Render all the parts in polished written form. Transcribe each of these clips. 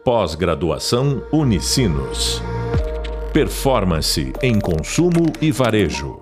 Pós-graduação Unicinos. Performance em consumo e varejo.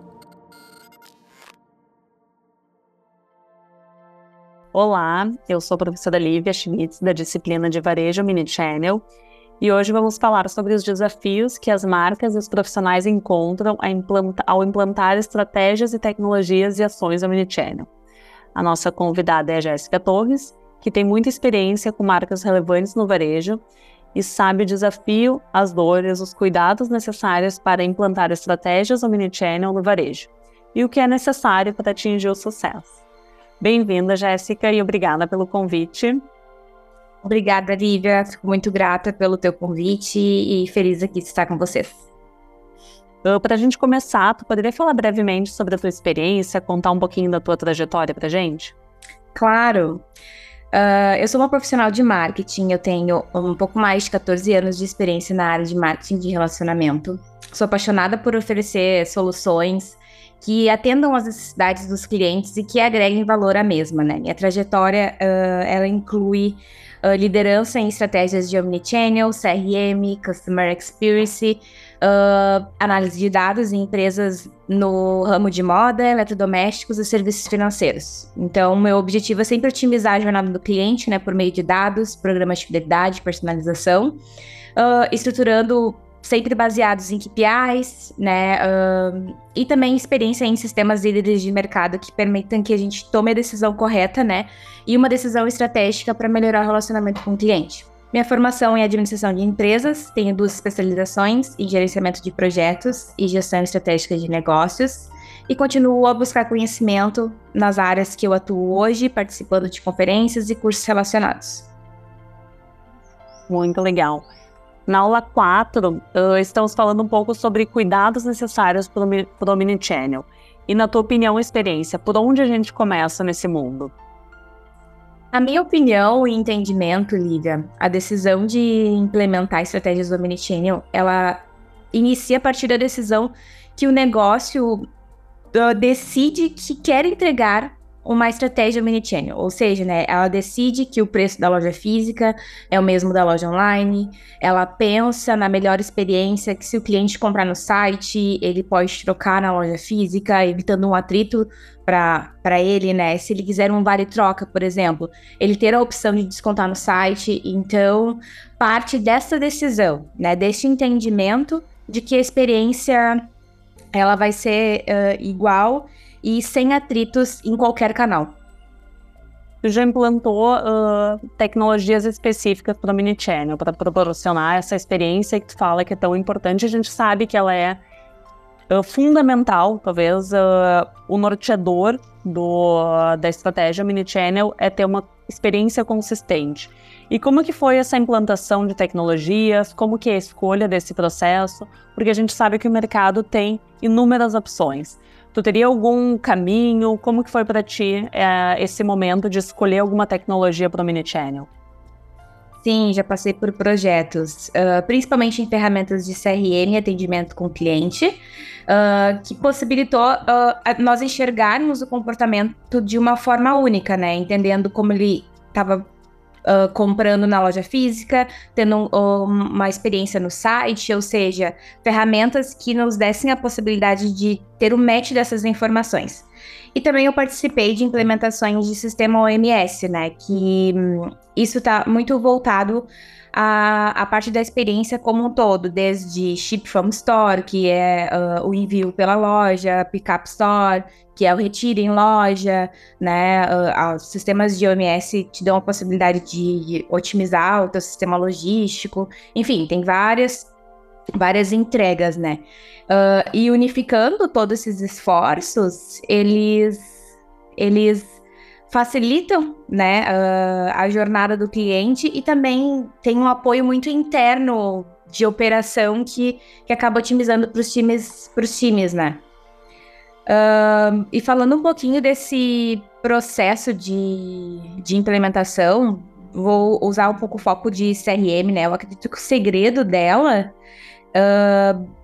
Olá, eu sou a professora Lívia Schmitz, da disciplina de Varejo Omnichannel, e hoje vamos falar sobre os desafios que as marcas e os profissionais encontram ao implantar estratégias e tecnologias e ações Omnichannel. A nossa convidada é a Jéssica Torres, que tem muita experiência com marcas relevantes no varejo e sabe o desafio, as dores, os cuidados necessários para implantar estratégias Omnichannel no varejo e o que é necessário para atingir o sucesso. Bem-vinda, Jéssica, e obrigada pelo convite. Obrigada, Lívia. Fico muito grata pelo teu convite e feliz aqui de estar com vocês. Para a gente começar, tu poderia falar brevemente sobre a tua experiência, contar um pouquinho da tua trajetória para a gente? Claro. Eu sou uma profissional de marketing, eu tenho um pouco mais de 14 anos de experiência na área de marketing de relacionamento. Sou apaixonada por oferecer soluções que atendam às necessidades dos clientes e que agreguem valor à mesma, né? Minha trajetória, ela inclui liderança em estratégias de Omnichannel, CRM, Customer Experience, análise de dados em empresas no ramo de moda, eletrodomésticos e serviços financeiros. Então, meu objetivo é sempre otimizar a jornada do cliente, né, por meio de dados, programas de fidelidade, personalização, estruturando sempre baseados em KPIs, né, e também experiência em sistemas líderes de mercado que permitam que a gente tome a decisão correta, né, e uma decisão estratégica para melhorar o relacionamento com o cliente. Minha formação é em administração de empresas, tenho 2 especializações em gerenciamento de projetos e gestão estratégica de negócios e continuo a buscar conhecimento nas áreas que eu atuo hoje, participando de conferências e cursos relacionados. Muito legal. Na aula 4, estamos falando um pouco sobre cuidados necessários para o Omnichannel. E na tua opinião e experiência, por onde a gente começa nesse mundo? Na minha opinião e entendimento, Lívia, a decisão de implementar estratégias do Omnichannel, ela inicia a partir da decisão que o negócio decide que quer entregar uma estratégia Omnichannel, ou seja, né, ela decide que o preço da loja física é o mesmo da loja online, ela pensa na melhor experiência, que se o cliente comprar no site, ele pode trocar na loja física, evitando um atrito para ele, né, se ele quiser um vale-troca, por exemplo, ele ter a opção de descontar no site. Então, parte dessa decisão, né, desse entendimento de que a experiência ela vai ser igual e sem atritos em qualquer canal. Tu já implantou tecnologias específicas para o Omnichannel, para proporcionar essa experiência que tu fala que é tão importante. A gente sabe que ela é fundamental, talvez o norteador da estratégia Omnichannel é ter uma experiência consistente. E como que foi essa implantação de tecnologias, como que é a escolha desse processo? Porque a gente sabe que o mercado tem inúmeras opções. Tu teria algum caminho? Como que foi para ti esse momento de escolher alguma tecnologia para o Omnichannel? Sim, já passei por projetos, principalmente em ferramentas de CRM e atendimento com cliente, que possibilitou nós enxergarmos o comportamento de uma forma única, né? Entendendo como ele estava comprando na loja física, tendo uma experiência no site, ou seja, ferramentas que nos dessem a possibilidade de ter o match dessas informações. E também eu participei de implementações de sistema OMS, né, que isso está muito voltado à parte da experiência como um todo, desde Ship from Store, que é o envio pela loja, Pick-up Store, que é o retiro em loja, né, os sistemas de OMS te dão a possibilidade de otimizar o teu sistema logístico, enfim, tem várias entregas, né? E unificando todos esses esforços, eles facilitam, né, a jornada do cliente e também tem um apoio muito interno de operação que acaba otimizando para os times, né? E falando um pouquinho desse processo de implementação, vou usar um pouco o foco de CRM, né? Eu acredito que o segredo dela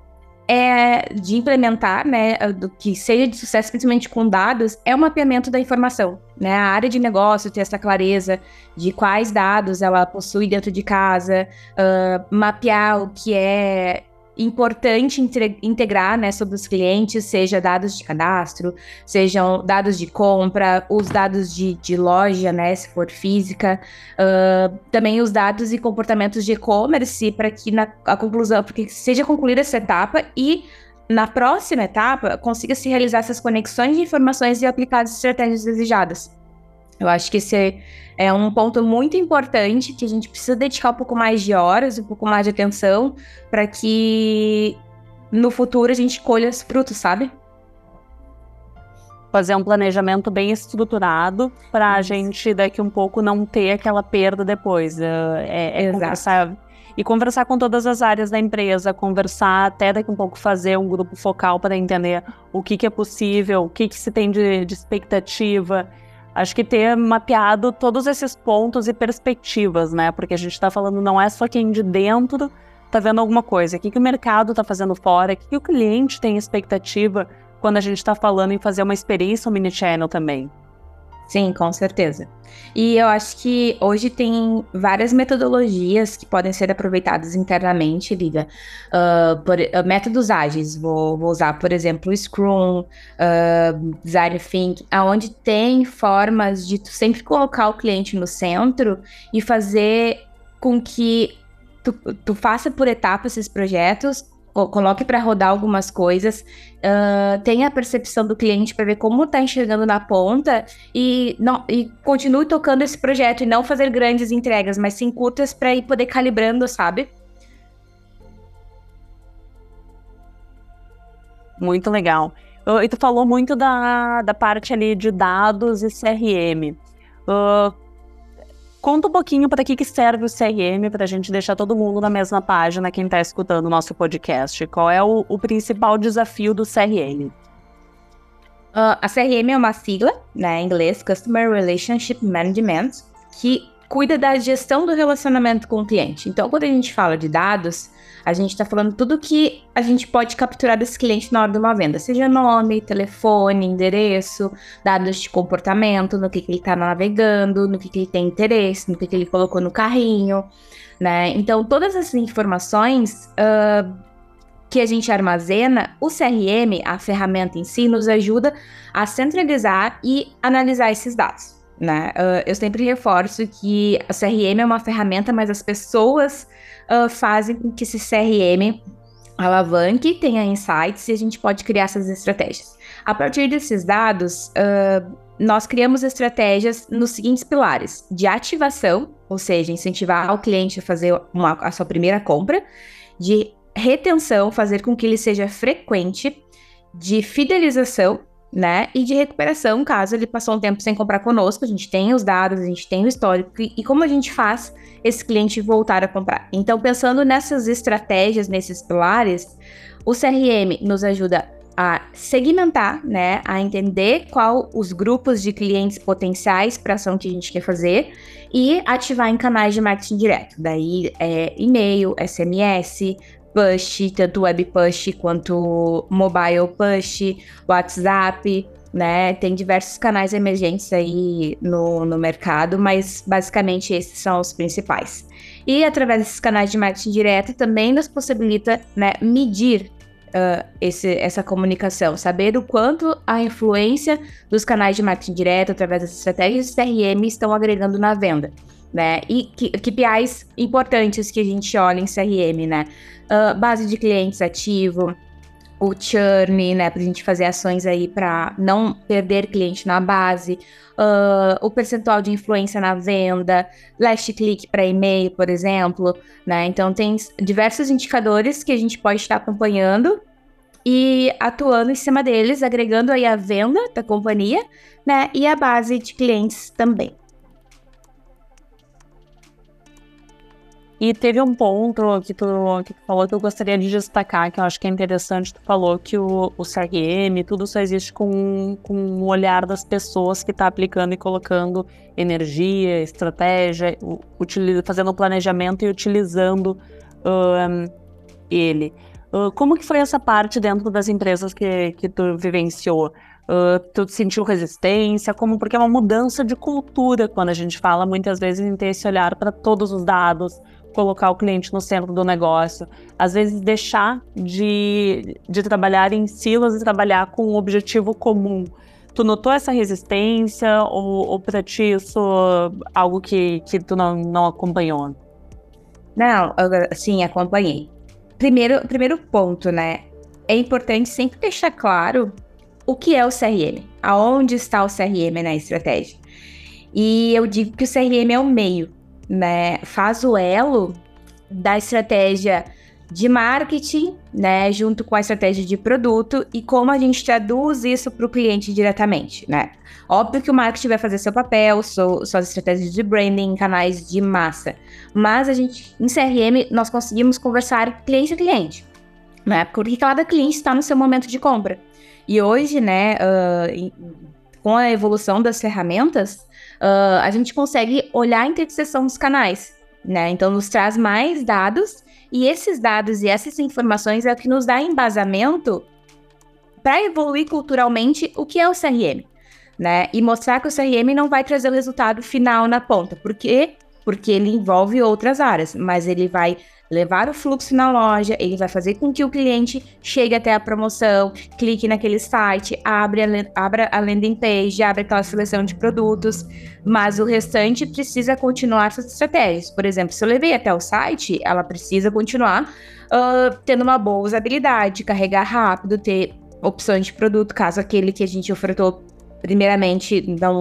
de implementar, né, do que seja de sucesso, principalmente com dados, é o mapeamento da informação, né? A área de negócio ter essa clareza de quais dados ela possui dentro de casa, mapear o que é importante integrar, né, sobre os clientes, seja dados de cadastro, sejam dados de compra, os dados de loja, né, se for física, também os dados e comportamentos de e-commerce, para que a conclusão, porque seja concluída essa etapa e na próxima etapa consiga se realizar essas conexões de informações e aplicar as estratégias desejadas. Eu acho que esse é um ponto muito importante que a gente precisa dedicar um pouco mais de horas, um pouco mais de atenção, para que no futuro a gente colha os frutos, sabe? Fazer um planejamento bem estruturado para a gente daqui um pouco não ter aquela perda depois. Conversar com todas as áreas da empresa, conversar até daqui um pouco, fazer um grupo focal para entender o que é possível, o que se tem de expectativa. Acho que ter mapeado todos esses pontos e perspectivas, né? Porque a gente está falando, não é só quem de dentro está vendo alguma coisa. O que o mercado está fazendo fora, o que o cliente tem expectativa quando a gente está falando em fazer uma experiência omnichannel também. Sim, com certeza. E eu acho que hoje tem várias metodologias que podem ser aproveitadas internamente, Lívia. Métodos ágeis, vou usar, por exemplo, o Scrum, Design Thinking, onde tem formas de tu sempre colocar o cliente no centro e fazer com que tu faça por etapas esses projetos, coloque para rodar algumas coisas, tenha a percepção do cliente para ver como está enxergando na ponta e continue tocando esse projeto e não fazer grandes entregas, mas sim curtas para ir poder calibrando, sabe? Muito legal. E tu falou muito da parte ali de dados e CRM. Conta um pouquinho para que serve o CRM, para a gente deixar todo mundo na mesma página, quem está escutando o nosso podcast. Qual é o principal desafio do CRM? A CRM é uma sigla, né, em inglês, Customer Relationship Management, que cuida da gestão do relacionamento com o cliente. Então, quando a gente fala de dados, a gente está falando tudo que a gente pode capturar desse cliente na hora de uma venda, seja nome, telefone, endereço, dados de comportamento, no que ele está navegando, no que ele tem interesse, no que ele colocou no carrinho, né? Então, todas essas informações que a gente armazena, o CRM, a ferramenta em si, nos ajuda a centralizar e analisar esses dados, né? Eu sempre reforço que a CRM é uma ferramenta, mas as pessoas fazem com que esse CRM alavanque, tenha insights e a gente pode criar essas estratégias. A partir desses dados, nós criamos estratégias nos seguintes pilares: de ativação, ou seja, incentivar o cliente a fazer a sua primeira compra; de retenção, fazer com que ele seja frequente; de fidelização, né, e de recuperação, caso ele passou um tempo sem comprar conosco. A gente tem os dados, a gente tem o histórico, e como a gente faz esse cliente voltar a comprar. Então, pensando nessas estratégias, nesses pilares, o CRM nos ajuda a segmentar, né, a entender qual os grupos de clientes potenciais para a ação que a gente quer fazer e ativar em canais de marketing direto. Daí e-mail, SMS, push, tanto web push quanto mobile push, WhatsApp, né? Tem diversos canais emergentes aí no mercado, mas basicamente esses são os principais. E através desses canais de marketing direto também nos possibilita, né, medir essa comunicação, saber o quanto a influência dos canais de marketing direto através das estratégias de CRM estão agregando na venda, né? E KPIs importantes que a gente olha em CRM, né? Base de clientes ativo, o churn, né, pra gente fazer ações aí para não perder cliente na base, o percentual de influência na venda, last click para e-mail, por exemplo, né? Então tem diversos indicadores que a gente pode estar acompanhando e atuando em cima deles, agregando aí a venda da companhia, né, e a base de clientes também. E teve um ponto que tu falou que eu gostaria de destacar, que eu acho que é interessante. Tu falou que o CRM, tudo só existe com o olhar das pessoas que está aplicando e colocando energia, estratégia, fazendo o planejamento e utilizando ele. Como que foi essa parte dentro das empresas que tu vivenciou? Tu sentiu resistência? Porque é uma mudança de cultura quando a gente fala muitas vezes em ter esse olhar para todos os dados, colocar o cliente no centro do negócio, às vezes deixar de trabalhar em silos e trabalhar com um objetivo comum. Tu notou essa resistência ou para ti isso algo que tu não acompanhou? Não, sim, acompanhei. Primeiro ponto, né? É importante sempre deixar claro o que é o CRM, aonde está o CRM na estratégia. E eu digo que o CRM é o meio, né? Faz o elo da estratégia de marketing, né? Junto com a estratégia de produto e como a gente traduz isso para o cliente diretamente, né? Óbvio que o marketing vai fazer seu papel, suas estratégias de branding, canais de massa. Mas em CRM, nós conseguimos conversar cliente a cliente, né? Porque cada cliente está no seu momento de compra. E hoje, né, com a evolução das ferramentas, a gente consegue olhar a interseção dos canais, né? Então, nos traz mais dados, e esses dados e essas informações é o que nos dá embasamento para evoluir culturalmente o que é o CRM, né? E mostrar que o CRM não vai trazer o resultado final na ponta. Por quê? Porque ele envolve outras áreas, mas ele vai levar o fluxo na loja, ele vai fazer com que o cliente chegue até a promoção, clique naquele site, abra a landing page, abra aquela seleção de produtos, mas o restante precisa continuar suas estratégias. Por exemplo, se eu levei até o site, ela precisa continuar tendo uma boa usabilidade, carregar rápido, ter opções de produto, caso aquele que a gente ofertou primeiramente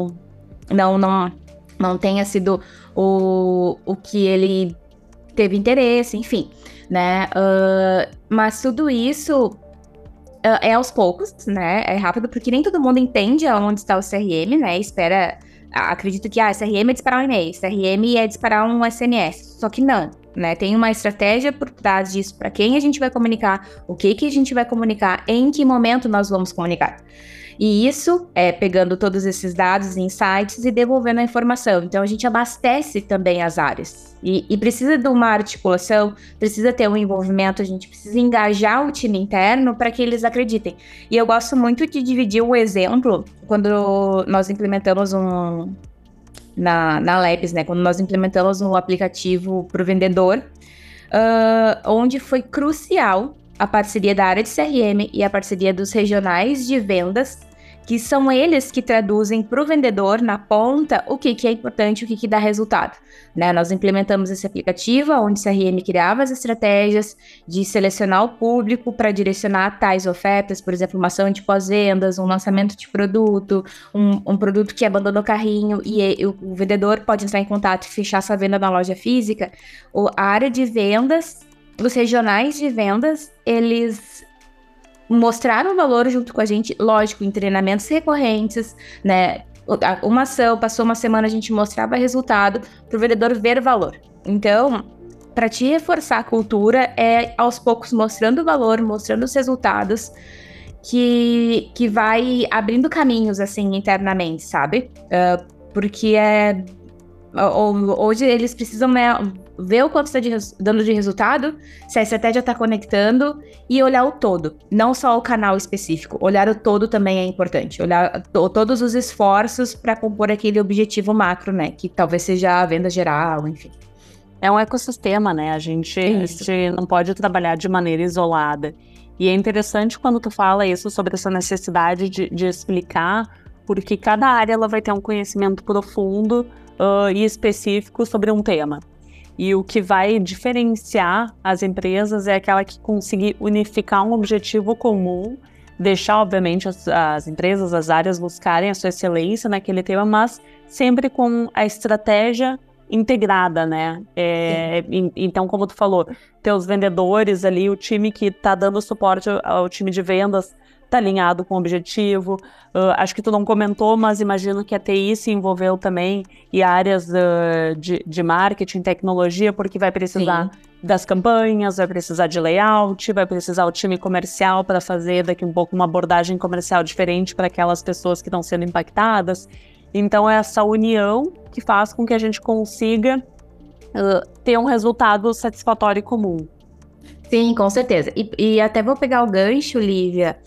não tenha sido o que ele teve interesse, enfim, né? Mas tudo isso é aos poucos, né? É rápido, porque nem todo mundo entende onde está o CRM, né? Acredito que CRM é disparar um e-mail, CRM é disparar um SMS, só que não, né? Tem uma estratégia por trás disso, para quem a gente vai comunicar, o que a gente vai comunicar, em que momento nós vamos comunicar. E isso é pegando todos esses dados e insights e devolvendo a informação. Então, a gente abastece também as áreas. E precisa de uma articulação, precisa ter um envolvimento, a gente precisa engajar o time interno para que eles acreditem. E eu gosto muito de dividir o exemplo quando nós implementamos na Labs, né? Quando nós implementamos um aplicativo para o vendedor, onde foi crucial a parceria da área de CRM e a parceria dos regionais de vendas, que são eles que traduzem para o vendedor na ponta o que é importante, o que dá resultado, né? Nós implementamos esse aplicativo onde o CRM criava as estratégias de selecionar o público para direcionar tais ofertas, por exemplo, uma ação de pós-vendas, um lançamento de produto, um produto que abandonou o carrinho e o vendedor pode entrar em contato e fechar essa venda na loja física. A área de vendas, os regionais de vendas, eles mostraram valor junto com a gente, lógico, em treinamentos recorrentes, né? Uma ação, passou uma semana, a gente mostrava resultado para o vendedor ver valor. Então, para te reforçar a cultura, é aos poucos mostrando o valor, mostrando os resultados, que vai abrindo caminhos, assim, internamente, sabe? Porque hoje eles precisam, né, ver o quanto está dando de resultado, se a estratégia está conectando e olhar o todo, não só o canal específico. Olhar o todo também é importante, olhar todos os esforços para compor aquele objetivo macro, né, que talvez seja a venda geral, enfim. É um ecossistema, né, a gente não pode trabalhar de maneira isolada. E é interessante quando tu fala isso sobre essa necessidade de explicar, porque cada área ela vai ter um conhecimento profundo e específico sobre um tema. E o que vai diferenciar as empresas é aquela que conseguir unificar um objetivo comum, deixar, obviamente, as empresas, as áreas buscarem a sua excelência naquele tema, mas sempre com a estratégia integrada, né? Então, como tu falou, ter os vendedores ali, o time que está dando suporte ao time de vendas está alinhado com o objetivo. Acho que tu não comentou, mas imagino que a TI se envolveu também e áreas de marketing, tecnologia, porque vai precisar das campanhas, vai precisar de layout, vai precisar o time comercial para fazer daqui um pouco uma abordagem comercial diferente para aquelas pessoas que estão sendo impactadas. Então, é essa união que faz com que a gente consiga ter um resultado satisfatório e comum. Sim, com certeza. E até vou pegar o gancho, Lívia,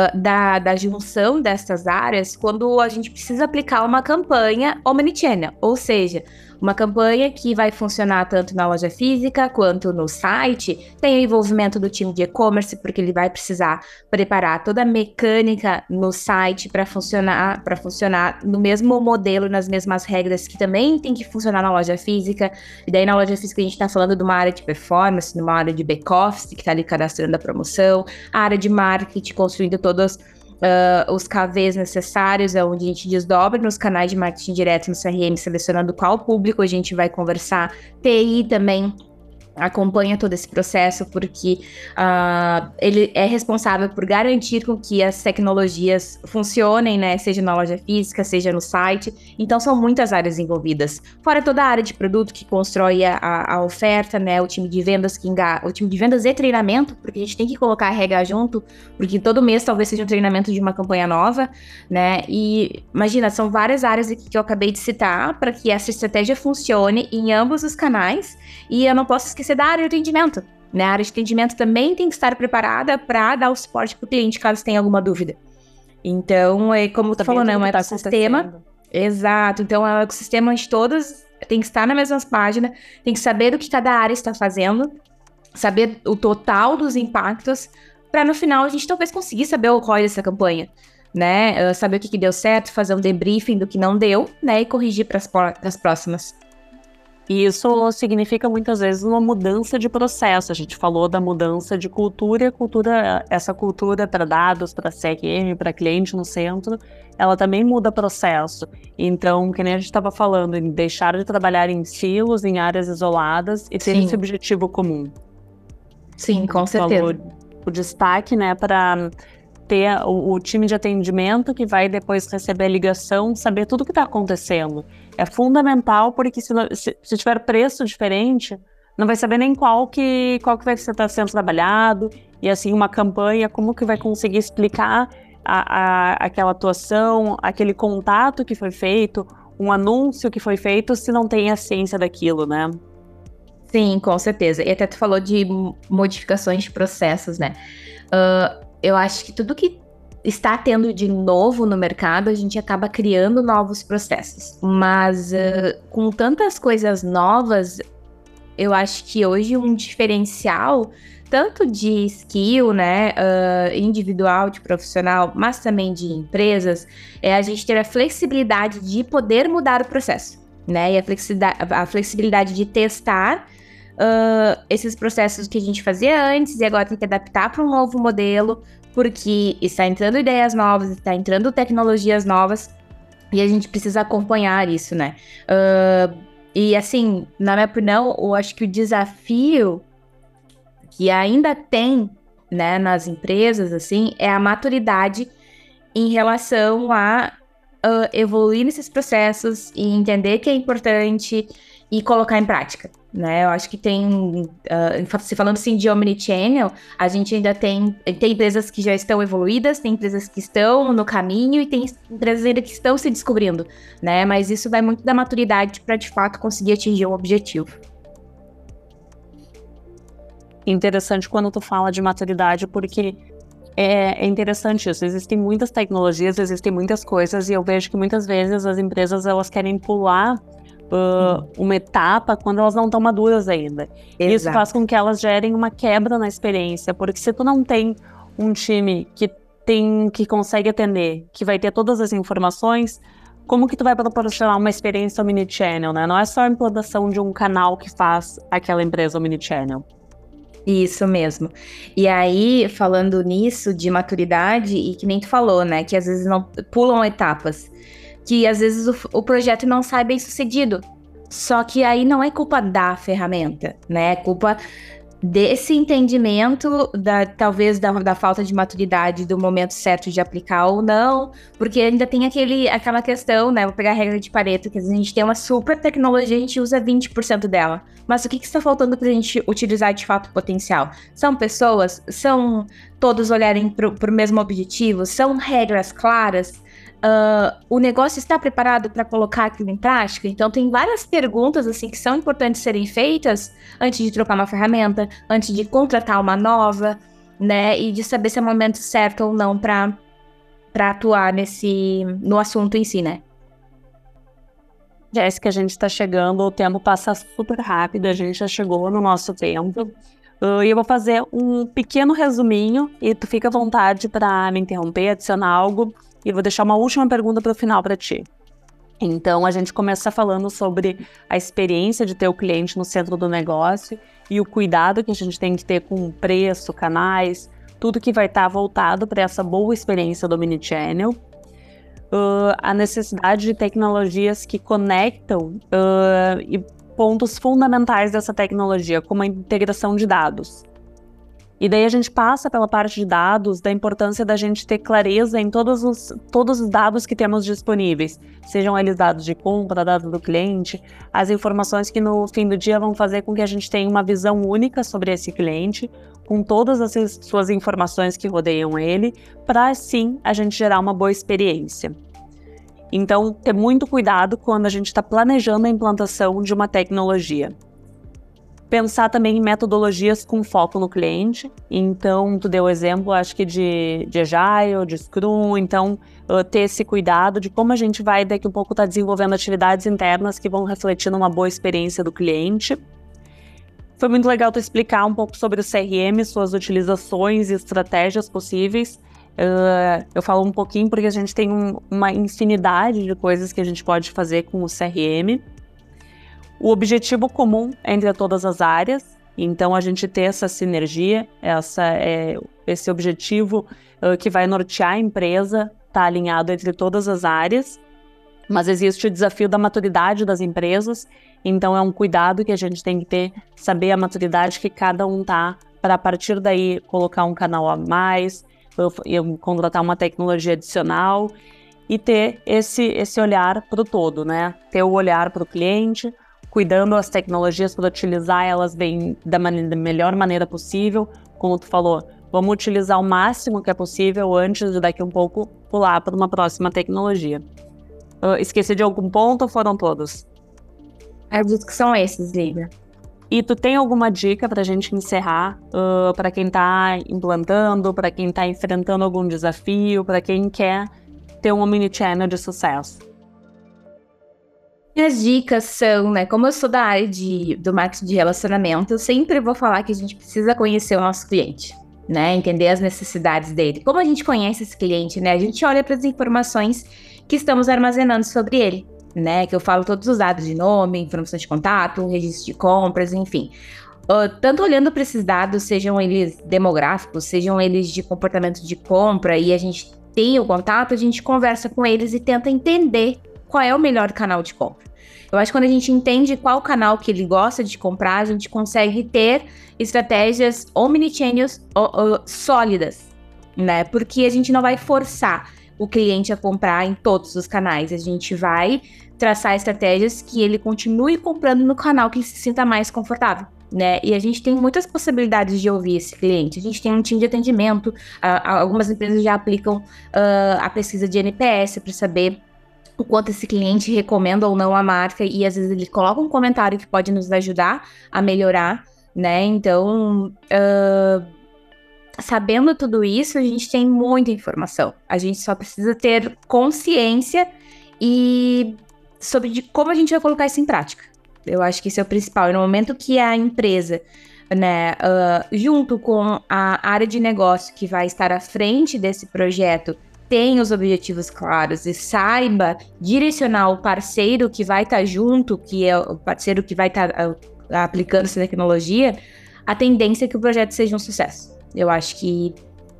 da junção dessas áreas quando a gente precisa aplicar uma campanha omnichannel, ou seja, uma campanha que vai funcionar tanto na loja física quanto no site, tem o envolvimento do time de e-commerce, porque ele vai precisar preparar toda a mecânica no site para funcionar no mesmo modelo, nas mesmas regras que também tem que funcionar na loja física. E daí na loja física a gente está falando de uma área de performance, de uma área de back-office, que está ali cadastrando a promoção, a área de marketing, construindo todos os KVs necessários, onde a gente desdobra nos canais de marketing direto no CRM, selecionando qual público a gente vai conversar. TI também acompanha todo esse processo, porque ele é responsável por garantir com que as tecnologias funcionem, né? Seja na loja física, seja no site. Então, são muitas áreas envolvidas. Fora toda a área de produto que constrói a oferta, né? O time de vendas o time de vendas e treinamento, porque a gente tem que colocar a regra junto, porque todo mês talvez seja um treinamento de uma campanha nova, né? E imagina, são várias áreas aqui que eu acabei de citar para que essa estratégia funcione em ambos os canais. E eu não posso esquecer da área de atendimento, né? A área de atendimento também tem que estar preparada para dar o suporte para o cliente caso tenha alguma dúvida. Então, como tu falou, né? É um ecossistema. Exato. Então, é um ecossistema onde todas tem que estar na mesma página, tem que saber do que cada área está fazendo, saber o total dos impactos, para no final a gente talvez conseguir saber o ROI dessa campanha, né? Saber o que deu certo, fazer um debriefing do que não deu, né? E corrigir para as próximas. E isso significa muitas vezes uma mudança de processo. A gente falou da mudança de cultura, essa cultura para dados, para CRM, para cliente no centro, ela também muda processo. Então, que nem a gente estava falando, em deixar de trabalhar em silos, em áreas isoladas e ter esse objetivo comum. Sim, com certeza. O destaque, né, para ter o time de atendimento que vai depois receber a ligação, saber tudo o que está acontecendo. É fundamental, porque se tiver preço diferente, não vai saber nem qual que vai estar sendo trabalhado, e assim, uma campanha, como que vai conseguir explicar aquela atuação, aquele contato que foi feito, um anúncio que foi feito, se não tem a ciência daquilo, né? Sim, com certeza. E até tu falou de modificações de processos, né? Eu acho que tudo que está tendo de novo no mercado, a gente acaba criando novos processos. Mas com tantas coisas novas, eu acho que hoje um diferencial, tanto de skill, né, individual, de profissional, mas também de empresas, é a gente ter a flexibilidade de poder mudar o processo, né? E a flexibilidade de testar esses processos que a gente fazia antes e agora tem que adaptar para um novo modelo, porque está entrando ideias novas, está entrando tecnologias novas e a gente precisa acompanhar isso, né? E assim, na minha opinião, eu acho que o desafio que ainda tem, né, nas empresas, assim, é a maturidade em relação a evoluir nesses processos e entender que é importante e colocar em prática, né? Eu acho que tem, se falando assim de omnichannel, a gente ainda tem empresas que já estão evoluídas, tem empresas que estão no caminho e tem empresas ainda que estão se descobrindo, né? Mas isso vai muito da maturidade para de fato conseguir atingir um objetivo. Interessante quando tu fala de maturidade, porque é interessante isso. Existem muitas tecnologias, existem muitas coisas, e eu vejo que muitas vezes as empresas elas querem pular uma etapa quando elas não estão maduras ainda. Exato. Isso faz com que elas gerem uma quebra na experiência, porque se tu não tem um time que consegue atender, que vai ter todas as informações, como que tu vai proporcionar uma experiência omnichannel, né? Não é só a implantação de um canal que faz aquela empresa omnichannel. Isso mesmo. E aí, falando nisso, de maturidade, e que nem tu falou, né? Que às vezes não pulam etapas. Que às vezes o projeto não sai bem sucedido. Só que aí não é culpa da ferramenta, né? É culpa desse entendimento, talvez da falta de maturidade do momento certo de aplicar ou não, porque ainda tem aquela questão, né? Vou pegar a regra de Pareto, que a gente tem uma super tecnologia, a gente usa 20% dela. Mas o que está faltando para a gente utilizar de fato o potencial? São pessoas? São todos olharem para o mesmo objetivo? São regras claras? o negócio está preparado para colocar aquilo em prática? Então, tem várias perguntas assim que são importantes serem feitas antes de trocar uma ferramenta, antes de contratar uma nova, né? E de saber se é o momento certo ou não para atuar no assunto em si, né? Jéssica, a gente está chegando, o tempo passa super rápido, a gente já chegou no nosso tempo. E eu vou fazer um pequeno resuminho e tu fica à vontade para me interromper, adicionar algo. E vou deixar uma última pergunta para o final para ti. Então, a gente começa falando sobre a experiência de ter o cliente no centro do negócio e o cuidado que a gente tem que ter com o preço, canais, tudo que vai estar voltado para essa boa experiência do Omnichannel. A necessidade de tecnologias que conectam e pontos fundamentais dessa tecnologia, como a integração de dados. E daí a gente passa pela parte de dados, da importância da gente ter clareza em todos os dados que temos disponíveis, sejam eles dados de compra, dados do cliente, as informações que no fim do dia vão fazer com que a gente tenha uma visão única sobre esse cliente, com todas as suas informações que rodeiam ele, para assim a gente gerar uma boa experiência. Então, ter muito cuidado quando a gente está planejando a implantação de uma tecnologia. Pensar também em metodologias com foco no cliente. Então, tu deu o exemplo, acho que de Agile, de Scrum. Então, ter esse cuidado de como a gente vai daqui a pouco estar desenvolvendo atividades internas que vão refletir numa boa experiência do cliente. Foi muito legal tu explicar um pouco sobre o CRM, suas utilizações e estratégias possíveis. Eu falo um pouquinho porque a gente tem uma infinidade de coisas que a gente pode fazer com o CRM. O objetivo comum entre todas as áreas, então a gente ter essa sinergia, esse objetivo que vai nortear a empresa, está alinhado entre todas as áreas, mas existe o desafio da maturidade das empresas, então é um cuidado que a gente tem que ter, saber a maturidade que cada um está, para a partir daí colocar um canal a mais, contratar uma tecnologia adicional e ter esse olhar para o todo, né? Ter o olhar para o cliente, cuidando as tecnologias para utilizar elas bem da melhor maneira possível. Como tu falou, vamos utilizar o máximo que é possível antes de daqui um pouco pular para uma próxima tecnologia. Esqueci de algum ponto ou foram todos? Acredito que são esses, Lívia. E tu tem alguma dica para a gente encerrar, para quem está implantando, para quem está enfrentando algum desafio, para quem quer ter um Omnichannel de sucesso? Minhas dicas são, né, como eu sou da área do marketing de relacionamento, eu sempre vou falar que a gente precisa conhecer o nosso cliente, né, entender as necessidades dele. Como a gente conhece esse cliente, né, a gente olha para as informações que estamos armazenando sobre ele, né, que eu falo todos os dados de nome, informação de contato, registro de compras, enfim. Tanto olhando para esses dados, sejam eles demográficos, sejam eles de comportamento de compra, e a gente tem o contato, a gente conversa com eles e tenta entender qual é o melhor canal de compra. Eu acho que quando a gente entende qual canal que ele gosta de comprar, a gente consegue ter estratégias omnichannels sólidas, né? Porque a gente não vai forçar o cliente a comprar em todos os canais. A gente vai traçar estratégias que ele continue comprando no canal que ele se sinta mais confortável, né? E a gente tem muitas possibilidades de ouvir esse cliente. A gente tem um time de atendimento, algumas empresas já aplicam a pesquisa de NPS para saber o quanto esse cliente recomenda ou não a marca, e às vezes ele coloca um comentário que pode nos ajudar a melhorar, né? Então, sabendo tudo isso, a gente tem muita informação. A gente só precisa ter consciência sobre como a gente vai colocar isso em prática. Eu acho que isso é o principal. E no momento que a empresa, né, junto com a área de negócio que vai estar à frente desse projeto, tem os objetivos claros e saiba direcionar o parceiro que vai estar junto, que é o parceiro que vai estar aplicando essa tecnologia, a tendência é que o projeto seja um sucesso. Eu acho que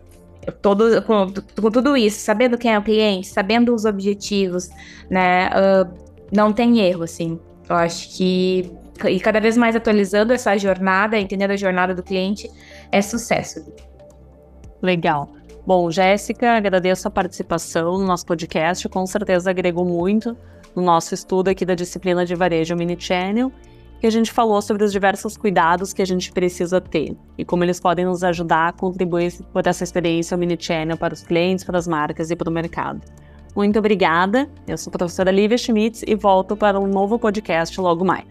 com tudo isso, sabendo quem é o cliente, sabendo os objetivos, né, não tem erro, assim. Eu acho que e cada vez mais atualizando essa jornada, entendendo a jornada do cliente, é sucesso. Legal. Bom, Jéssica, agradeço a participação no nosso podcast, com certeza agregou muito no nosso estudo aqui da disciplina de varejo Omnichannel, que a gente falou sobre os diversos cuidados que a gente precisa ter e como eles podem nos ajudar a contribuir por essa experiência Omnichannel para os clientes, para as marcas e para o mercado. Muito obrigada. Eu sou a professora Lívia Schmitz e volto para um novo podcast logo mais.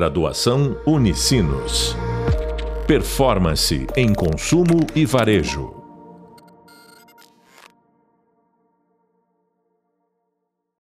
Pós-graduação Unicinos. Performance em consumo e varejo.